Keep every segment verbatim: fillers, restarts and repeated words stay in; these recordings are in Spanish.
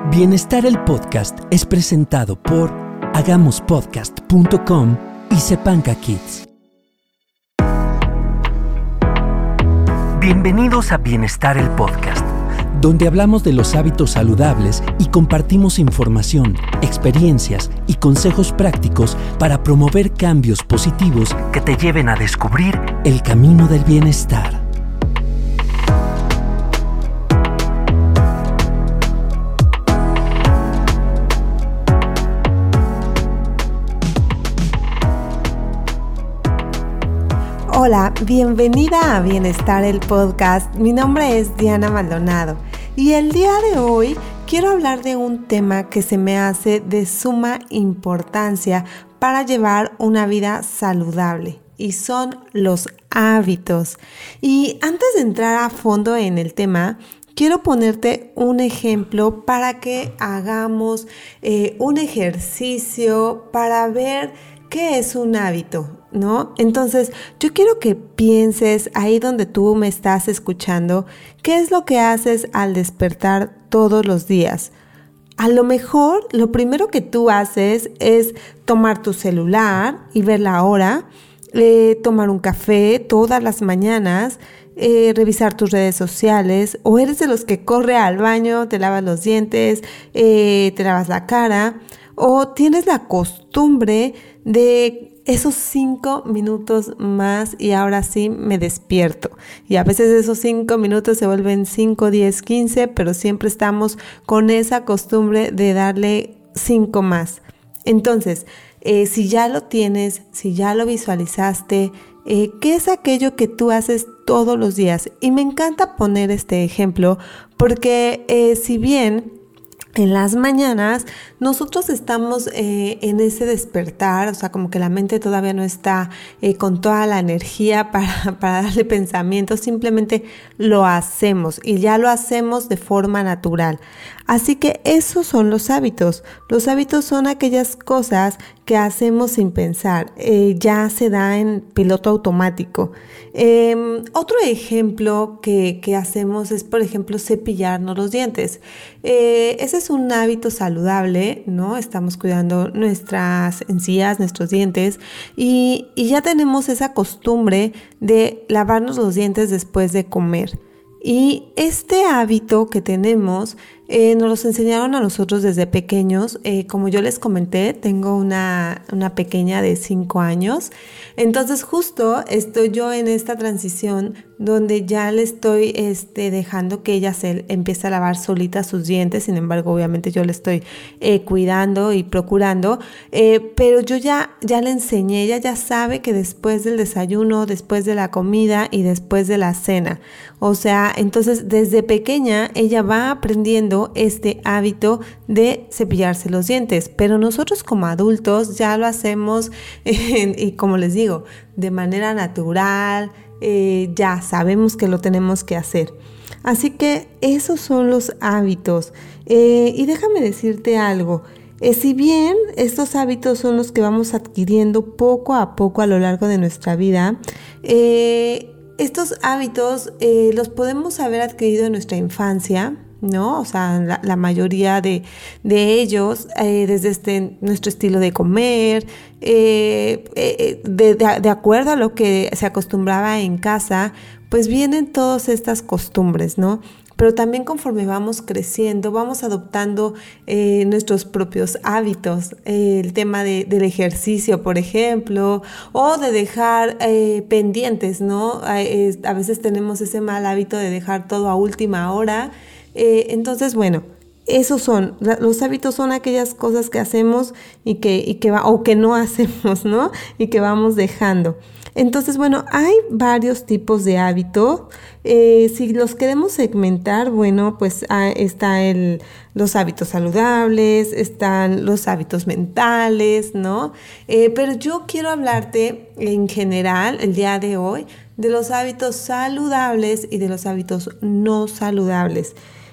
Bienestar el Podcast es presentado por hagamos podcast punto com y Sepanca Kids. Bienvenidos a Bienestar el Podcast, donde hablamos de los hábitos saludables y compartimos información, experiencias y consejos prácticos para promover cambios positivos que te lleven a descubrir el camino del bienestar. Hola, bienvenida a Bienestar el Podcast. Mi nombre es Diana Maldonado y el día de hoy quiero hablar de un tema que se me hace de suma importancia para llevar una vida saludable y son los hábitos. Y antes de entrar a fondo en el tema, quiero ponerte un ejemplo para que hagamos eh, un ejercicio para ver qué es un hábito, ¿no? Entonces, yo quiero que pienses ahí donde tú me estás escuchando, ¿qué es lo que haces al despertar todos los días? A lo mejor, lo primero que tú haces es tomar tu celular y ver la hora, eh, tomar un café todas las mañanas, eh, revisar tus redes sociales, o eres de los que corre al baño, te lavas los dientes, eh, te lavas la cara, o tienes la costumbre de esos cinco minutos más y ahora sí me despierto. Y a veces esos cinco minutos se vuelven cinco, diez, quince, pero siempre estamos con esa costumbre de darle cinco más. Entonces, eh, si ya lo tienes, si ya lo visualizaste, eh, ¿qué es aquello que tú haces todos los días? Y me encanta poner este ejemplo porque eh, si bien en las mañanas nosotros estamos eh, en ese despertar, o sea, como que la mente todavía no está eh, con toda la energía para, para darle pensamientos, simplemente lo hacemos y ya lo hacemos de forma natural. Así que esos son los hábitos. Los hábitos son aquellas cosas que hacemos sin pensar, eh, ya se da en piloto automático. Eh, otro ejemplo que, que hacemos es, por ejemplo, cepillarnos los dientes. Eh, ese es un hábito saludable, ¿no? Estamos cuidando nuestras encías, nuestros dientes y, y ya tenemos esa costumbre de lavarnos los dientes después de comer. Y este hábito que tenemos eh, nos los enseñaron a nosotros desde pequeños. Eh, como yo les comenté, tengo una, una pequeña de cinco años. Entonces justo estoy yo en esta transición donde ya le estoy este, dejando que ella se empiece a lavar solita sus dientes. Sin embargo, obviamente yo le estoy eh, cuidando y procurando. Eh, pero yo ya, ya le enseñé, ella ya sabe que después del desayuno, después de la comida y después de la cena. O sea, entonces desde pequeña ella va aprendiendo este hábito de cepillarse los dientes, pero nosotros como adultos ya lo hacemos eh, y como les digo, de manera natural, eh, ya sabemos que lo tenemos que hacer. Así que esos son los hábitos. Eh, y déjame decirte algo. Eh, si bien estos hábitos son los que vamos adquiriendo poco a poco a lo largo de nuestra vida, eh, estos hábitos eh, los podemos haber adquirido en nuestra infancia, ¿no? O sea, la, la mayoría de, de ellos, eh, desde este, nuestro estilo de comer, eh, eh, de, de, de acuerdo a lo que se acostumbraba en casa, pues vienen todas estas costumbres, ¿no? Pero también conforme vamos creciendo, vamos adoptando eh, nuestros propios hábitos. Eh, el tema de, del ejercicio, por ejemplo, o de dejar eh, pendientes, ¿no? Eh, a veces tenemos ese mal hábito de dejar todo a última hora. Eh, entonces, bueno, esos son, los hábitos son aquellas cosas que hacemos y que, y que va, o que no hacemos, ¿no? Y que vamos dejando. Entonces, bueno, hay varios tipos de hábitos. Eh, si los queremos segmentar, bueno, pues ah, está el, los hábitos saludables, están los hábitos mentales, ¿no? Eh, pero yo quiero hablarte en general, el día de hoy, de los hábitos saludables y de los hábitos no saludables.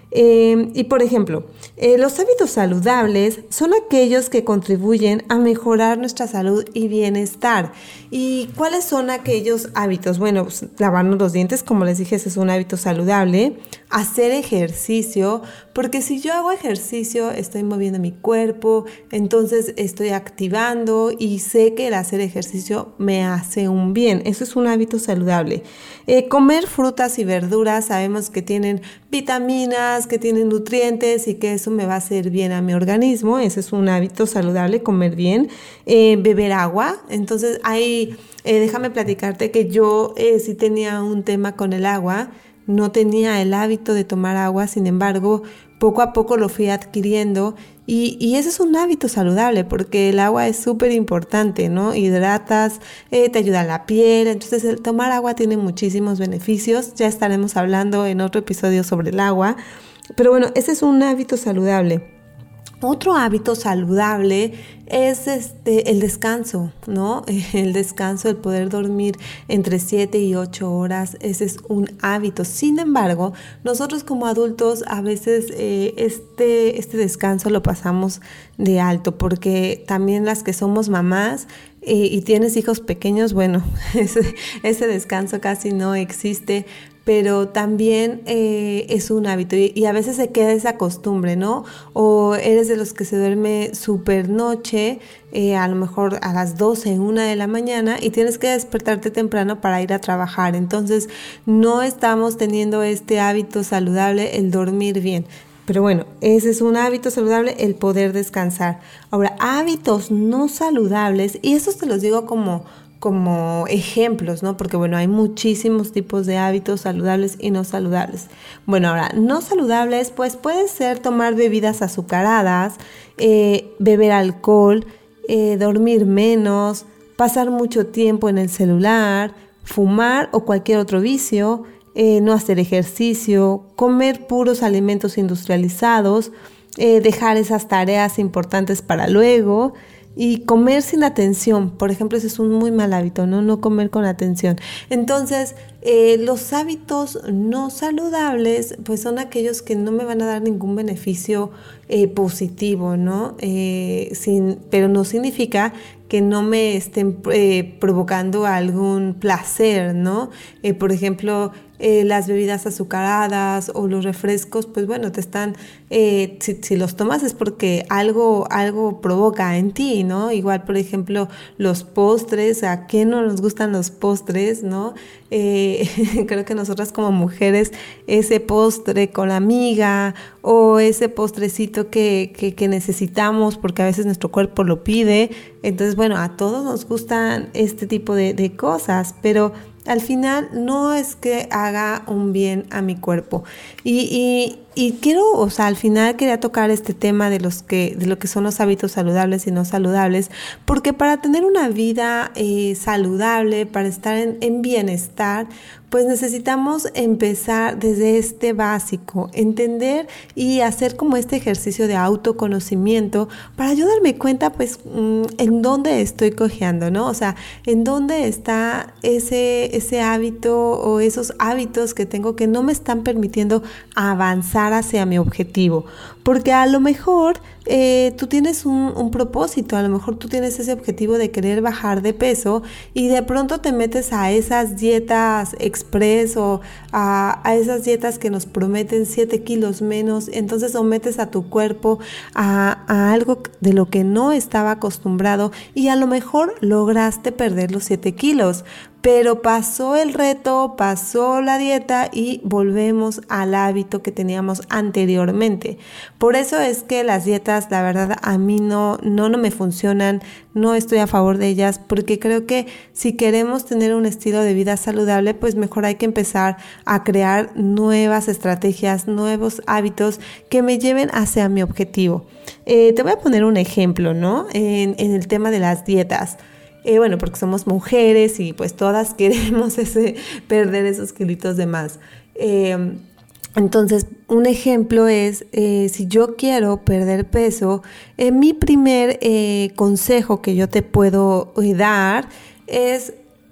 Eh, y por ejemplo, eh, los hábitos saludables son aquellos que contribuyen a mejorar nuestra salud y bienestar. ¿Y cuáles son aquellos hábitos? Bueno, pues, lavarnos los dientes, como les dije, ese es un hábito saludable. Hacer ejercicio, porque si yo hago ejercicio, estoy moviendo mi cuerpo, entonces estoy activando y sé que el hacer ejercicio me hace un bien. Eso es un hábito saludable. Eh, comer frutas y verduras, sabemos que tienen vitaminas, que tienen nutrientes y que eso me va a hacer bien a mi organismo. Ese es un hábito saludable, comer bien. Eh, beber agua. Entonces, ahí, eh, déjame platicarte que yo eh, sí tenía un tema con el agua. No tenía el hábito de tomar agua, sin embargo, poco a poco lo fui adquiriendo y, y ese es un hábito saludable porque el agua es súper importante, ¿no? Hidratas, eh, te ayuda a la piel, entonces el tomar agua tiene muchísimos beneficios, ya estaremos hablando en otro episodio sobre el agua, pero bueno, ese es un hábito saludable. Otro hábito saludable es este, el descanso, ¿no? El descanso, el poder dormir entre siete y ocho horas, ese es un hábito. Sin embargo, nosotros como adultos a veces eh, este, este descanso lo pasamos de alto porque también las que somos mamás eh, y tienes hijos pequeños, bueno, ese, ese descanso casi no existe. Pero también eh, es un hábito y, y a veces se queda esa costumbre, ¿no? O eres de los que se duerme súper noche, eh, a lo mejor a las doce, una de la mañana y tienes que despertarte temprano para ir a trabajar. Entonces no estamos teniendo este hábito saludable, el dormir bien. Pero bueno, ese es un hábito saludable, el poder descansar. Ahora, hábitos no saludables, y estos te los digo como... como ejemplos, ¿no? Porque, bueno, hay muchísimos tipos de hábitos saludables y no saludables. Bueno, ahora, no saludables, pues puede ser tomar bebidas azucaradas, eh, beber alcohol, eh, dormir menos, pasar mucho tiempo en el celular, fumar o cualquier otro vicio, eh, no hacer ejercicio, comer puros alimentos industrializados, eh, dejar esas tareas importantes para luego, y comer sin atención, por ejemplo, ese es un muy mal hábito, ¿no? No comer con atención. Entonces, eh, los hábitos no saludables, pues son aquellos que no me van a dar ningún beneficio eh, positivo, ¿no? Eh, sin, pero no significa que no me estén eh, provocando algún placer, ¿no? Eh, por ejemplo, eh, las bebidas azucaradas o los refrescos, pues bueno, te están, eh, si, si los tomas es porque algo, algo provoca en ti, ¿no? Igual, por ejemplo, los postres, ¿a quién no nos gustan los postres, no? Eh, creo que nosotras como mujeres, ese postre con la amiga o ese postrecito que, que, que necesitamos porque a veces nuestro cuerpo lo pide. Entonces, bueno, a todos nos gustan este tipo de, de cosas, pero al final no es que haga un bien a mi cuerpo. Y, y, y quiero, o sea, al final quería tocar este tema de los que, de lo que son los hábitos saludables y no saludables, porque para tener una vida eh, saludable, para estar en, en bienestar, pues necesitamos empezar desde este básico, entender y hacer como este ejercicio de autoconocimiento para yo darme cuenta, pues, en dónde estoy cojeando, ¿no? O sea, en dónde está ese, ese hábito o esos hábitos que tengo que no me están permitiendo avanzar hacia mi objetivo. Porque a lo mejor eh, tú tienes un, un propósito, a lo mejor tú tienes ese objetivo de querer bajar de peso y de pronto te metes a esas dietas express o a, a esas dietas que nos prometen siete kilos menos, entonces sometes a tu cuerpo a, a algo de lo que no estaba acostumbrado y a lo mejor lograste perder los siete kilos. Pero pasó el reto, pasó la dieta y volvemos al hábito que teníamos anteriormente. Por eso es que las dietas, la verdad, a mí no, no, no me funcionan, no estoy a favor de ellas, porque creo que si queremos tener un estilo de vida saludable, pues mejor hay que empezar a crear nuevas estrategias, nuevos hábitos que me lleven hacia mi objetivo. Eh, te voy a poner un ejemplo, ¿no? En, en el tema de las dietas. Eh, bueno, porque somos mujeres y pues todas queremos ese, perder esos kilitos de más. Eh, entonces, un ejemplo es, eh, si yo quiero perder peso, eh, mi primer eh, consejo que yo te puedo eh, dar es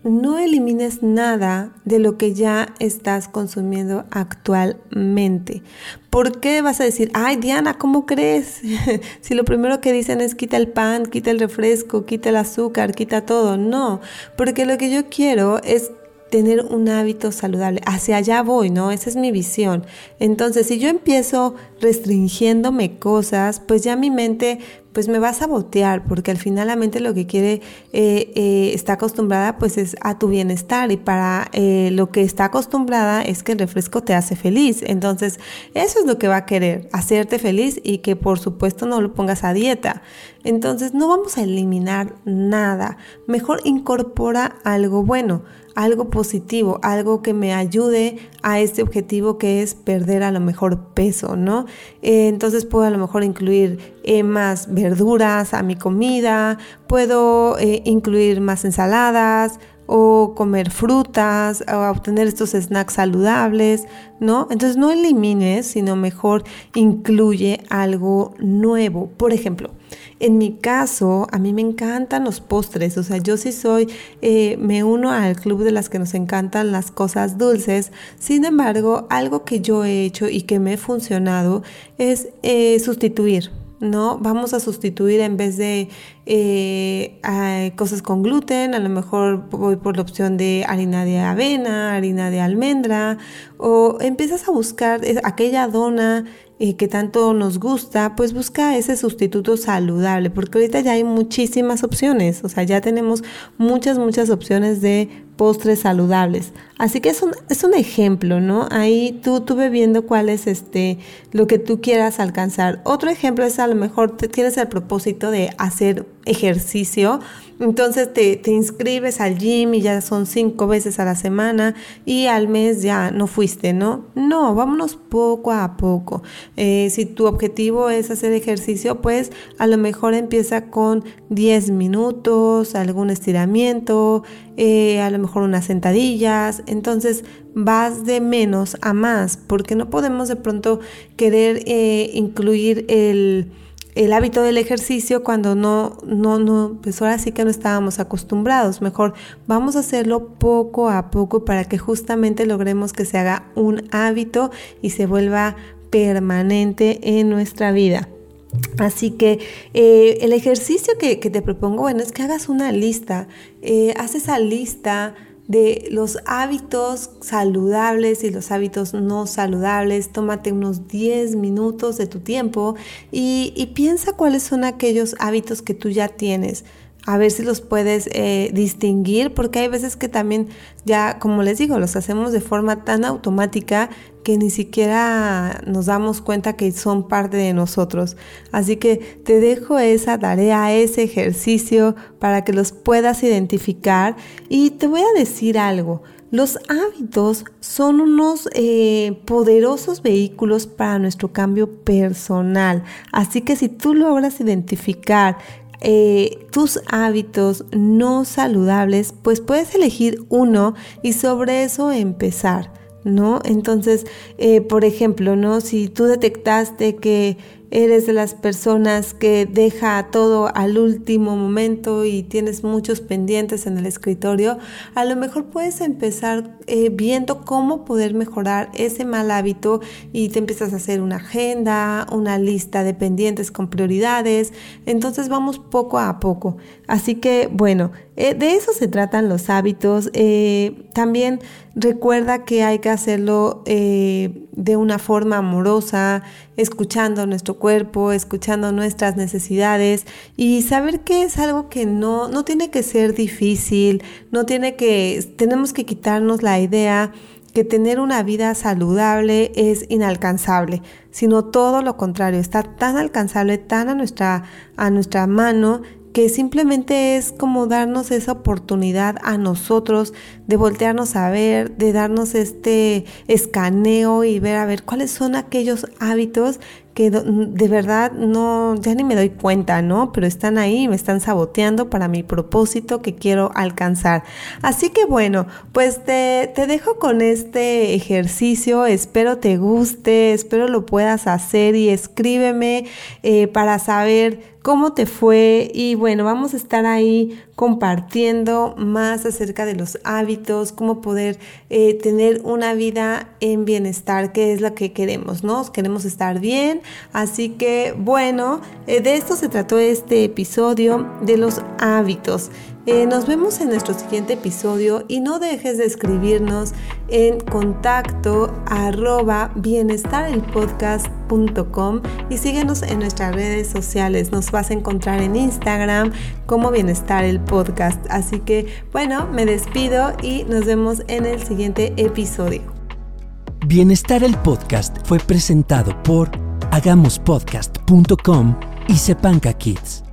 no elimines nada de lo que ya estás consumiendo actualmente. ¿Por qué vas a decir, ay Diana, ¿cómo crees? Si lo primero que dicen es quita el pan, quita el refresco, quita el azúcar, quita todo. No, porque lo que yo quiero es tener un hábito saludable. Hacia allá voy, ¿no? Esa es mi visión. Entonces, si yo empiezo restringiéndome cosas, pues ya mi mente pues me va a sabotear, porque al final la mente lo que quiere, eh, eh, está acostumbrada pues es a tu bienestar, y para eh, lo que está acostumbrada es que el refresco te hace feliz. Entonces, eso es lo que va a querer, hacerte feliz, y que por supuesto no lo pongas a dieta. Entonces, no vamos a eliminar nada. Mejor incorpora algo bueno, algo positivo, algo que me ayude a este objetivo, que es perder a lo mejor peso, ¿no? Eh, entonces puedo a lo mejor incluir eh, más verduras a mi comida, puedo eh, incluir más ensaladas, o comer frutas, o obtener estos snacks saludables, ¿no? Entonces no elimines, sino mejor incluye algo nuevo. Por ejemplo, en mi caso, a mí me encantan los postres, o sea, yo sí soy, eh, me uno al club de las que nos encantan las cosas dulces. Sin embargo, algo que yo he hecho y que me ha funcionado es eh, sustituir, ¿no? Vamos a sustituir, en vez de eh, cosas con gluten, a lo mejor voy por la opción de harina de avena, harina de almendra, o empiezas a buscar aquella dona eh, que tanto nos gusta, pues busca ese sustituto saludable, porque ahorita ya hay muchísimas opciones, o sea, ya tenemos muchas, muchas opciones de postres saludables. Así que es un, es un ejemplo, ¿no? Ahí tú, tú ve viendo cuál es este, lo que tú quieras alcanzar. Otro ejemplo es, a lo mejor te tienes el propósito de hacer ejercicio, entonces te, te inscribes al gym y ya son cinco veces a la semana, y al mes ya no fuiste, ¿no? No, vámonos poco a poco. Eh, si tu objetivo es hacer ejercicio, pues a lo mejor empieza con diez minutos, algún estiramiento, eh, a lo mejor unas sentadillas. Entonces vas de menos a más, porque no podemos de pronto querer eh, incluir el el hábito del ejercicio cuando no, no, no, pues ahora sí que no estábamos acostumbrados. Mejor vamos a hacerlo poco a poco para que justamente logremos que se haga un hábito y se vuelva permanente en nuestra vida. Así que eh, el ejercicio que, que te propongo, bueno, es que hagas una lista, eh, haz esa lista de los hábitos saludables y los hábitos no saludables. Tómate unos diez minutos de tu tiempo y, y piensa cuáles son aquellos hábitos que tú ya tienes. A ver si los puedes eh, distinguir, porque hay veces que también ya, como les digo, los hacemos de forma tan automática que ni siquiera nos damos cuenta que son parte de nosotros. Así que te dejo esa tarea, ese ejercicio, para que los puedas identificar. Y te voy a decir algo. Los hábitos son unos eh, poderosos vehículos para nuestro cambio personal. Así que si tú logras identificar Eh, tus hábitos no saludables, pues puedes elegir uno y sobre eso empezar, ¿no? Entonces, eh, por ejemplo, ¿no? Si tú detectaste que eres de las personas que deja todo al último momento y tienes muchos pendientes en el escritorio, a lo mejor puedes empezar eh, viendo cómo poder mejorar ese mal hábito, y te empiezas a hacer una agenda, una lista de pendientes con prioridades. Entonces vamos poco a poco. Así que bueno, eh, de eso se tratan los hábitos. Eh, también recuerda que hay que hacerlo eh, de una forma amorosa, escuchando nuestro cuerpo, escuchando nuestras necesidades, y saber que es algo que no, no tiene que ser difícil, no tiene que, tenemos que quitarnos la idea que tener una vida saludable es inalcanzable, sino todo lo contrario, está tan alcanzable, tan a nuestra, a nuestra mano, que simplemente es como darnos esa oportunidad a nosotros de voltearnos a ver, de darnos este escaneo y ver a ver cuáles son aquellos hábitos que de verdad no, ya ni me doy cuenta, ¿no? Pero están ahí y me están saboteando para mi propósito que quiero alcanzar. Así que bueno, pues te, te dejo con este ejercicio. Espero te guste, espero lo puedas hacer, y escríbeme eh, para saber cómo te fue. Y bueno, vamos a estar ahí compartiendo más acerca de los hábitos, cómo poder eh, tener una vida en bienestar, que es lo que queremos, ¿no? Queremos estar bien, así que bueno, eh, de esto se trató este episodio de los hábitos. Eh, nos vemos en nuestro siguiente episodio y no dejes de escribirnos en contacto arroba bienestarelpodcast punto com y síguenos en nuestras redes sociales. Nos vas a encontrar en Instagram como Bienestar el Podcast. Así que bueno, me despido y nos vemos en el siguiente episodio. Bienestar el Podcast fue presentado por hagamos podcast punto com y Sepanca Kids.